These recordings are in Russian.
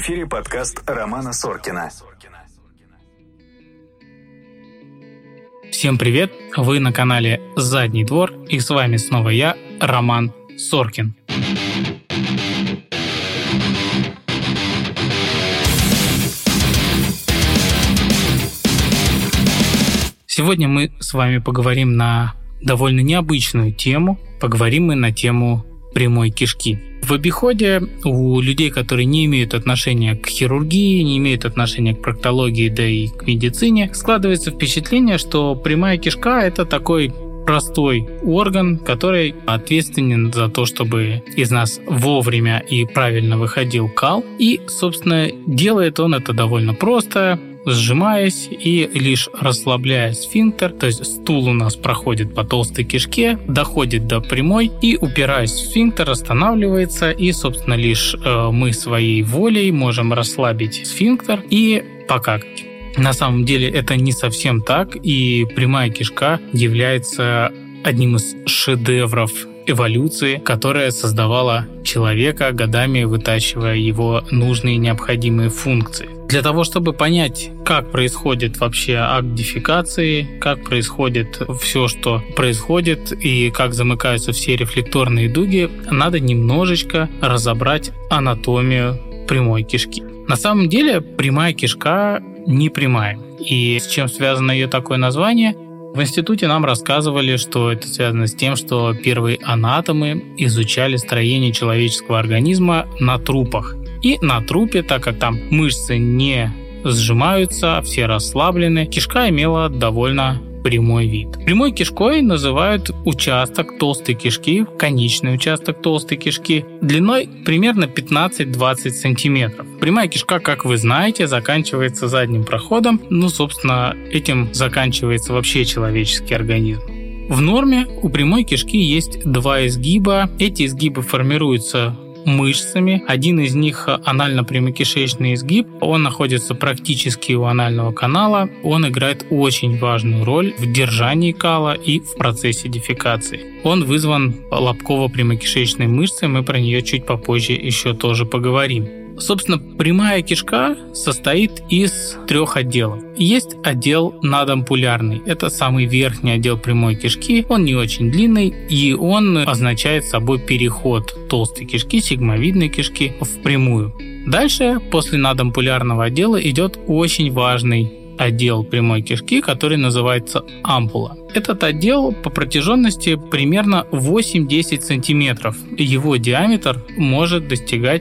эфире подкаст Романа Соркина. Всем привет! Вы на канале «Задний двор», и с вами снова я, Роман Соркин. Сегодня мы с вами поговорим на довольно необычную тему. Поговорим мы на тему прямой кишки. В обиходе у людей, которые не имеют отношения к хирургии, не имеют отношения к проктологии, да и к медицине, складывается впечатление, что прямая кишка – это такой простой орган, который ответственен за то, чтобы из нас вовремя и правильно выходил кал. И, собственно, делает он это довольно просто, сжимаясь и лишь расслабляя сфинктер, то есть стул у нас проходит по толстой кишке, доходит до прямой и, упираясь в сфинктер, останавливается, и, собственно, лишь мы своей волей можем расслабить сфинктер и покакать. На самом деле это не совсем так, и прямая кишка является одним из шедевров эволюции, которая создавала человека, годами вытачивая его нужные и необходимые функции. Для того, чтобы понять, как происходит вообще акт дефекации, как происходит все, что происходит, и как замыкаются все рефлекторные дуги, надо немножечко разобрать анатомию прямой кишки. На самом деле прямая кишка не прямая. И с чем связано ее такое название? В институте нам рассказывали, что это связано с тем, что первые анатомы изучали строение человеческого организма на трупах. И на трупе, так как там мышцы не сжимаются, все расслаблены, кишка имела довольно прямой вид. Прямой кишкой называют участок толстой кишки, конечный участок толстой кишки, длиной примерно 15-20 сантиметров. Прямая кишка, как вы знаете, заканчивается задним проходом. Собственно, этим заканчивается вообще человеческий организм. В норме у прямой кишки есть два изгиба. Эти изгибы формируются мышцами. Один из них анально-прямокишечный изгиб. Он находится практически у анального канала. Он играет очень важную роль в держании кала и в процессе дефекации. Он вызван лобково-прямокишечной мышцей. Мы про нее чуть попозже еще тоже поговорим. Собственно, прямая кишка состоит из трех отделов. Есть отдел надампулярный. Это самый верхний отдел прямой кишки. Он не очень длинный, и он означает собой переход толстой кишки, сигмовидной кишки, в прямую. Дальше, после надампулярного отдела, идет очень важный отдел прямой кишки, который называется ампула. Этот отдел по протяженности примерно 8-10 сантиметров. Его диаметр может достигать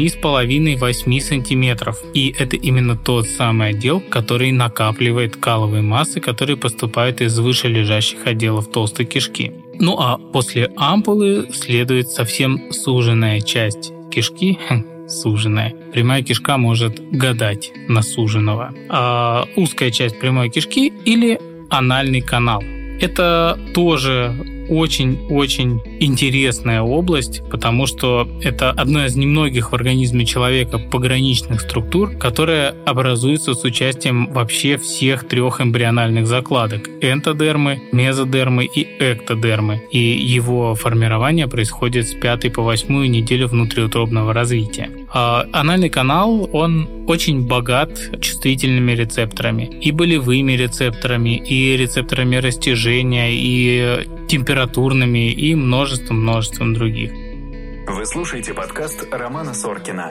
7,5-8 сантиметров. И это именно тот самый отдел, который накапливает каловые массы, которые поступают из вышележащих отделов толстой кишки. А после ампулы следует совсем суженная часть кишки, суженная. Прямая кишка может гадать на суженого. А узкая часть прямой кишки или анальный канал. Это тоже очень-очень интересная область, потому что это одна из немногих в организме человека пограничных структур, которая образуется с участием вообще всех трех эмбриональных закладок – энтодермы, мезодермы и эктодермы. И его формирование происходит с 5 по 8 неделю внутриутробного развития. А анальный канал, он очень богат чувствительными рецепторами, и болевыми рецепторами, и рецепторами растяжения, и температурными, и множеством других. Вы слушаете подкаст Романа Соркина.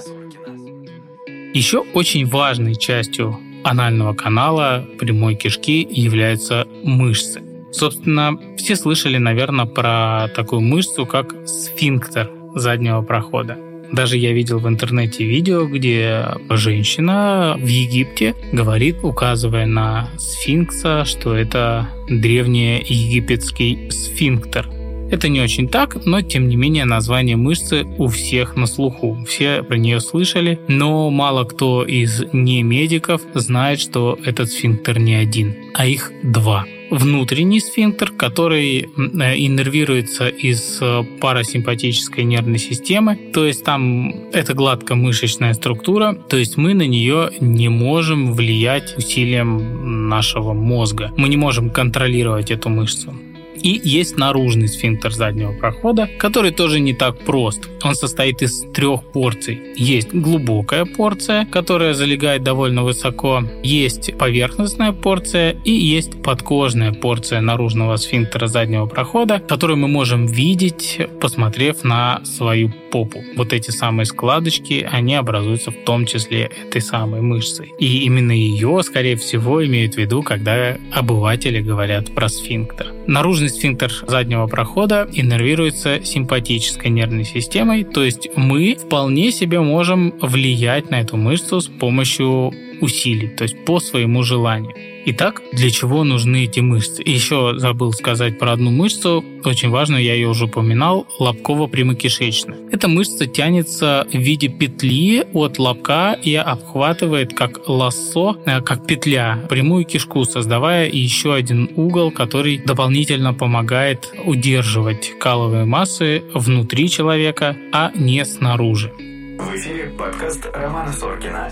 Еще очень важной частью анального канала прямой кишки являются мышцы. Собственно, все слышали, наверное, про такую мышцу, как сфинктер заднего прохода. Даже я видел в интернете видео, где женщина в Египте говорит, указывая на сфинкса, что это древнеегипетский сфинктер. Это не очень так, но тем не менее название мышцы у всех на слуху. Все про нее слышали, но мало кто из немедиков знает, что этот сфинктер не один, а их два. Внутренний сфинктер, который иннервируется из парасимпатической нервной системы, то есть там это гладкомышечная структура, то есть мы на нее не можем влиять усилием нашего мозга. Мы не можем контролировать эту мышцу. И есть наружный сфинктер заднего прохода, который тоже не так прост. Он состоит из 3 порций. Есть глубокая порция, которая залегает довольно высоко, есть поверхностная порция и есть подкожная порция наружного сфинктера заднего прохода, которую мы можем видеть, посмотрев на свою попу. Вот эти самые складочки, они образуются в том числе этой самой мышцей. И именно ее, скорее всего, имеют в виду, когда обыватели говорят про сфинктер. Наружный сфинктер заднего прохода иннервируется симпатической нервной системой, то есть мы вполне себе можем влиять на эту мышцу с помощью усилий, то есть по своему желанию. Итак, для чего нужны эти мышцы? И еще забыл сказать про одну мышцу, очень важную, я ее уже упоминал, лобково-прямокишечная. Эта мышца тянется в виде петли от лобка и обхватывает как лассо, как петля, прямую кишку, создавая еще один угол, который дополнительно помогает удерживать каловые массы внутри человека, а не снаружи. В эфире подкаст Романа Соркина.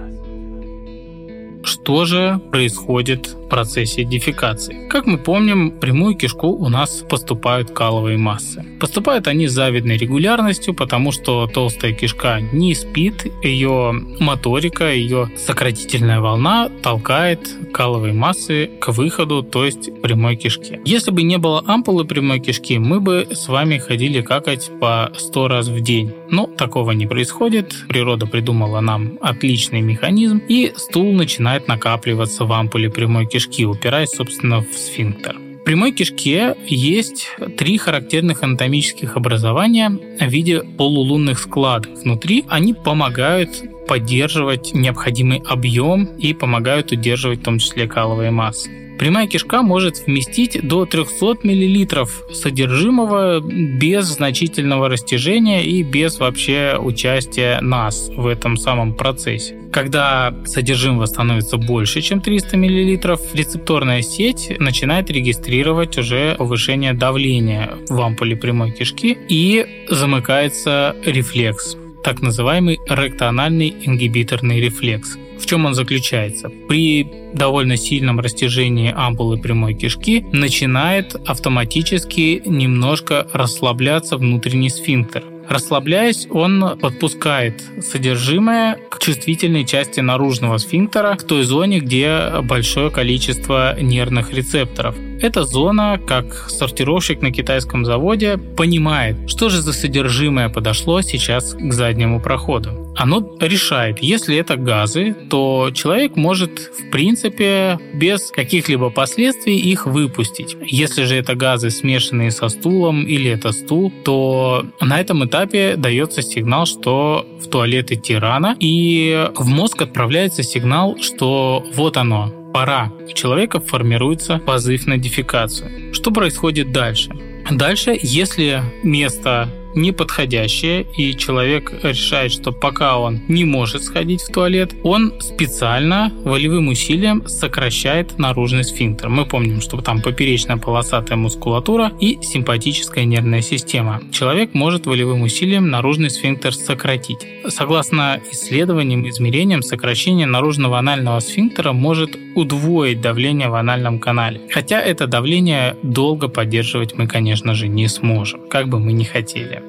Что же происходит в процессе дефекации? Как мы помним, в прямую кишку у нас поступают каловые массы. Поступают они с завидной регулярностью, потому что толстая кишка не спит, ее моторика, ее сократительная волна толкает каловые массы к выходу, то есть к прямой кишке. Если бы не было ампулы прямой кишки, мы бы с вами ходили какать по 100 раз в день. Но такого не происходит. Природа придумала нам отличный механизм, и стул начинает накапливаться в ампуле прямой кишки, упираясь, собственно, в сфинктер. В прямой кишке есть 3 характерных анатомических образования в виде полулунных складок. Внутри они помогают поддерживать необходимый объем и помогают удерживать в том числе каловые массы. Прямая кишка может вместить до 300 мл содержимого без значительного растяжения и без вообще участия нас в этом самом процессе. Когда содержимого становится больше, чем 300 мл, рецепторная сеть начинает регистрировать уже повышение давления в ампуле прямой кишки и замыкается рефлекс, так называемый ректоанальный ингибиторный рефлекс. В чем он заключается? При довольно сильном растяжении ампулы прямой кишки начинает автоматически немножко расслабляться внутренний сфинктер. Расслабляясь, он подпускает содержимое к чувствительной части наружного сфинктера, к той зоне, где большое количество нервных рецепторов. Эта зона, как сортировщик на китайском заводе, понимает, что же за содержимое подошло сейчас к заднему проходу. Оно решает, если это газы, то человек может, в принципе, без каких-либо последствий их выпустить. Если же это газы, смешанные со стулом, или это стул, то на этом этапе дается сигнал, что в туалет идти рано, и в мозг отправляется сигнал, что вот оно, пора. У человека формируется позыв на дефекацию. Что происходит дальше? Дальше, если место неподходящее, и человек решает, что пока он не может сходить в туалет, он специально волевым усилием сокращает наружный сфинктер. Мы помним, что там поперечная полосатая мускулатура и симпатическая нервная система. Человек может волевым усилием наружный сфинктер сократить. Согласно исследованиям и измерениям, сокращение наружного анального сфинктера может удвоить давление в анальном канале. Хотя это давление долго поддерживать мы, конечно же, не сможем, как бы мы ни хотели.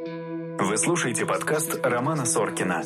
Вы слушаете подкаст Романа Соркина.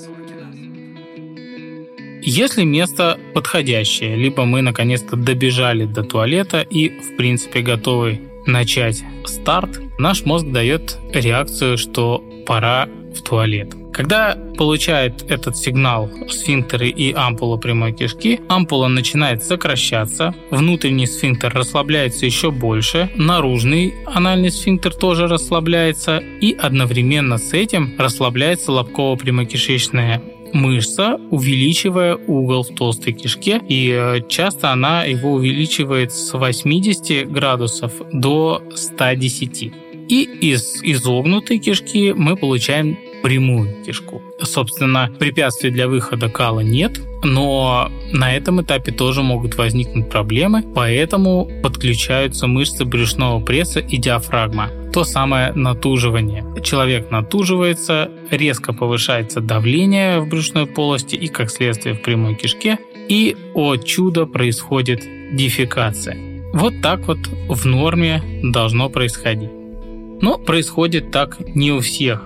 Если место подходящее, либо мы наконец-то добежали до туалета и, в принципе, готовы начать старт, наш мозг дает реакцию, что пора в туалет. Когда получает этот сигнал сфинктеры и ампула прямой кишки, ампула начинает сокращаться, внутренний сфинктер расслабляется еще больше, наружный анальный сфинктер тоже расслабляется, и одновременно с этим расслабляется лобково-прямокишечная мышца, увеличивая угол в толстой кишке, и часто она его увеличивает с 80 градусов до 110. И из изогнутой кишки мы получаем прямую кишку. Собственно, препятствий для выхода кала нет, но на этом этапе тоже могут возникнуть проблемы, поэтому подключаются мышцы брюшного пресса и диафрагма. То самое натуживание. Человек натуживается, резко повышается давление в брюшной полости и, как следствие, в прямой кишке, и, о чудо, происходит дефекация. Вот так вот в норме должно происходить. Но происходит так не у всех.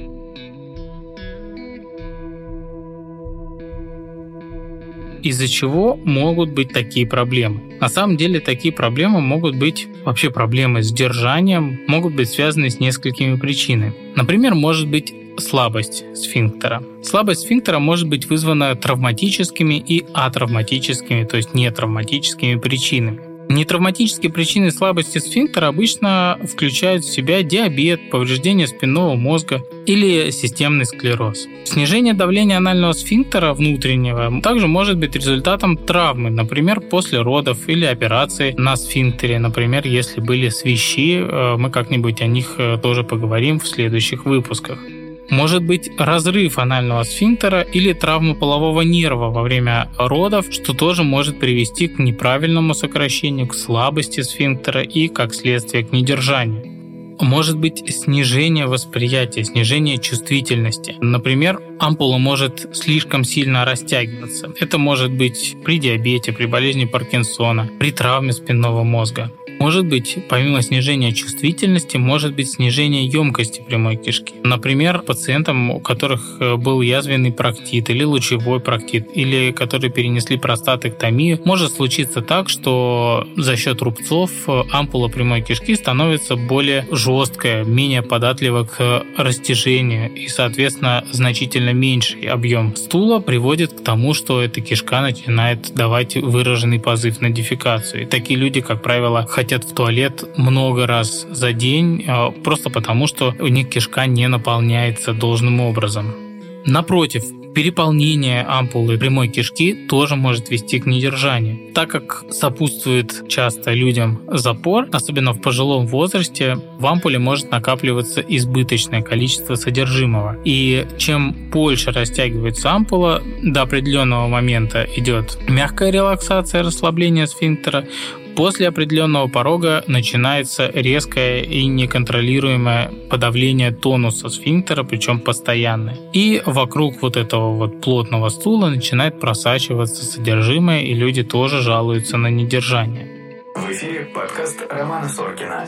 Из-за чего могут быть такие проблемы? На самом деле такие проблемы могут быть, вообще проблемы с держанием, могут быть связаны с несколькими причинами. Например, может быть слабость сфинктера. Слабость сфинктера может быть вызвана травматическими и атравматическими, то есть нетравматическими причинами. Нетравматические причины слабости сфинктера обычно включают в себя диабет, повреждение спинного мозга или системный склероз. Снижение давления анального сфинктера внутреннего также может быть результатом травмы, например, после родов или операции на сфинктере, например, если были свищи, мы как-нибудь о них тоже поговорим в следующих выпусках. Может быть разрыв анального сфинктера или травма полового нерва во время родов, что тоже может привести к неправильному сокращению, к слабости сфинктера и, как следствие, к недержанию. Может быть снижение восприятия, снижение чувствительности. Например, ампула может слишком сильно растягиваться. Это может быть при диабете, при болезни Паркинсона, при травме спинного мозга. Может быть, помимо снижения чувствительности, может быть снижение емкости прямой кишки. Например, пациентам, у которых был язвенный проктит или лучевой проктит, или которые перенесли простатэктомию, может случиться так, что за счет рубцов ампула прямой кишки становится более жесткая, менее податлива к растяжению, и, соответственно, значительно меньший объем стула приводит к тому, что эта кишка начинает давать выраженный позыв на дефекацию. И такие люди, как правило, хотят в туалет много раз за день, просто потому, что у них кишка не наполняется должным образом. Напротив, переполнение ампулы прямой кишки тоже может вести к недержанию. Так как сопутствует часто людям запор, особенно в пожилом возрасте, в ампуле может накапливаться избыточное количество содержимого. И чем больше растягивается ампула, до определенного момента идет мягкая релаксация, расслабление сфинктера. После определенного порога начинается резкое и неконтролируемое подавление тонуса сфинктера, причем постоянное. И вокруг вот этого вот плотного стула начинает просачиваться содержимое, и люди тоже жалуются на недержание. В эфире подкаст Романа Соркина.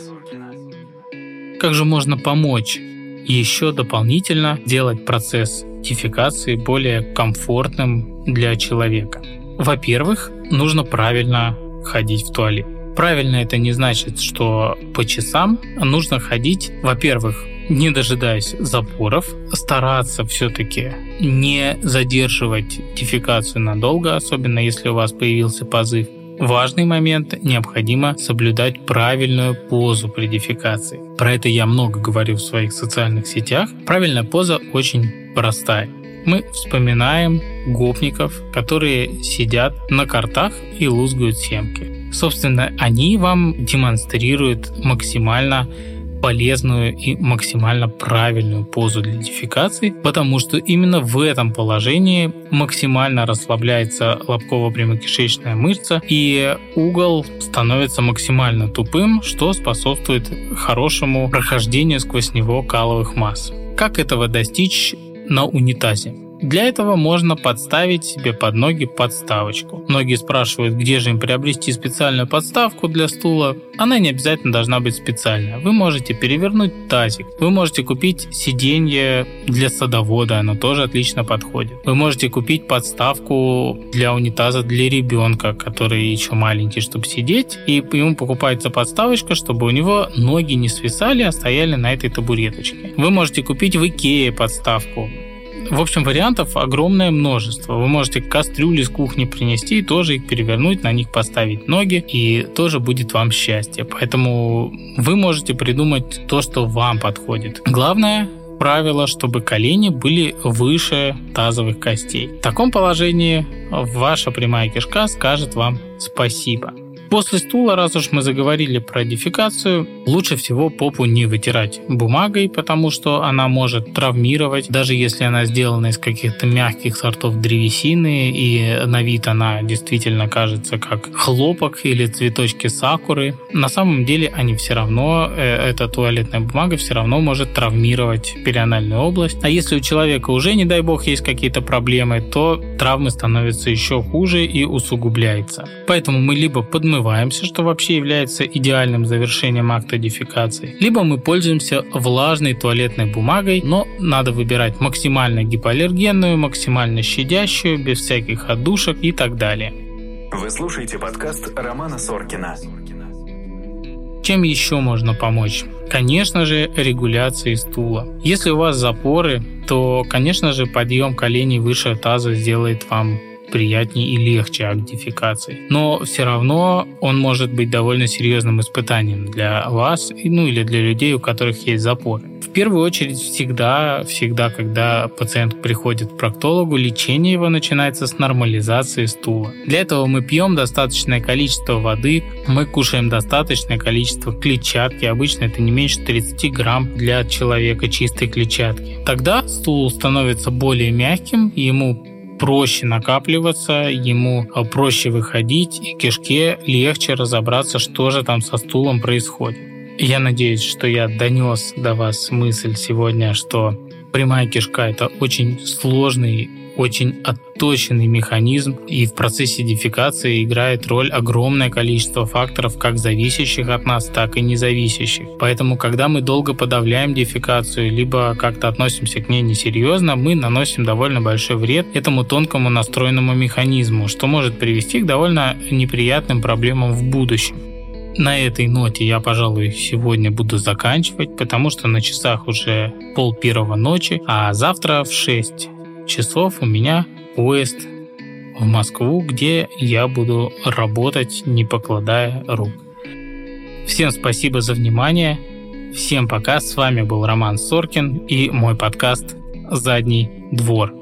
Как же можно помочь еще дополнительно делать процесс дефекации более комфортным для человека? Во-первых, нужно правильно ходить в туалет. Правильно это не значит, что по часам. Нужно ходить, во-первых, не дожидаясь запоров, стараться все-таки не задерживать дефекацию надолго, особенно если у вас появился позыв. Важный момент – необходимо соблюдать правильную позу при дефекации. Про это я много говорю в своих социальных сетях. Правильная поза очень простая. Мы вспоминаем гопников, которые сидят на картах и лузгают семки. Собственно, они вам демонстрируют максимально полезную и максимально правильную позу для дефекации, потому что именно в этом положении максимально расслабляется лобково-прямокишечная мышца, и угол становится максимально тупым, что способствует хорошему прохождению сквозь него каловых масс. Как этого достичь на унитазе? Для этого можно подставить себе под ноги подставочку. Многие спрашивают, где же им приобрести специальную подставку для стула. Она не обязательно должна быть специальная. Вы можете перевернуть тазик. Вы можете купить сиденье для садовода, оно тоже отлично подходит. Вы можете купить подставку для унитаза для ребенка, который еще маленький, чтобы сидеть. И ему покупается подставочка, чтобы у него ноги не свисали, а стояли на этой табуреточке. Вы можете купить в Икее подставку. В общем, вариантов огромное множество. Вы можете кастрюли с кухни принести и тоже их перевернуть, на них поставить ноги, и тоже будет вам счастье. Поэтому вы можете придумать то, что вам подходит. Главное правило, чтобы колени были выше тазовых костей. В таком положении ваша прямая кишка скажет вам спасибо. После стула, раз уж мы заговорили про дефекацию, лучше всего попу не вытирать бумагой, потому что она может травмировать, даже если она сделана из каких-то мягких сортов древесины, и на вид она действительно кажется как хлопок или цветочки сакуры. На самом деле они все равно, эта туалетная бумага все равно может травмировать перианальную область. А если у человека уже, не дай бог, есть какие-то проблемы, то травмы становятся еще хуже и усугубляется. Поэтому мы либо подмываем умываемся, что вообще является идеальным завершением акта дефекации, либо мы пользуемся влажной туалетной бумагой, но надо выбирать максимально гипоаллергенную, максимально щадящую, без всяких отдушек и так далее. Вы слушаете подкаст Романа Соркина. Чем еще можно помочь? Конечно же, регуляцией стула. Если у вас запоры, то, конечно же, подъем коленей выше таза сделает вам приятнее и легче акт дефекации. Но все равно он может быть довольно серьезным испытанием для вас, или для людей, у которых есть запоры. В первую очередь, всегда, когда пациент приходит к проктологу, лечение его начинается с нормализации стула. Для этого мы пьем достаточное количество воды, мы кушаем достаточное количество клетчатки, обычно это не меньше 30 грамм для человека чистой клетчатки. Тогда стул становится более мягким, ему проще накапливаться, ему проще выходить, и кишке легче разобраться, что же там со стулом происходит. Я надеюсь, что я донес до вас мысль сегодня, что прямая кишка – это очень сложный, очень отточенный механизм, и в процессе дефекации играет роль огромное количество факторов, как зависящих от нас, так и независящих. Поэтому, когда мы долго подавляем дефекацию, либо как-то относимся к ней несерьезно, мы наносим довольно большой вред этому тонкому настроенному механизму, что может привести к довольно неприятным проблемам в будущем. На этой ноте я, пожалуй, сегодня буду заканчивать, потому что на часах уже 1:30 ночи, а завтра в 6 часов у меня поезд в Москву, где я буду работать, не покладая рук. Всем спасибо за внимание. Всем пока. С вами был Роман Соркин и мой подкаст «Задний двор».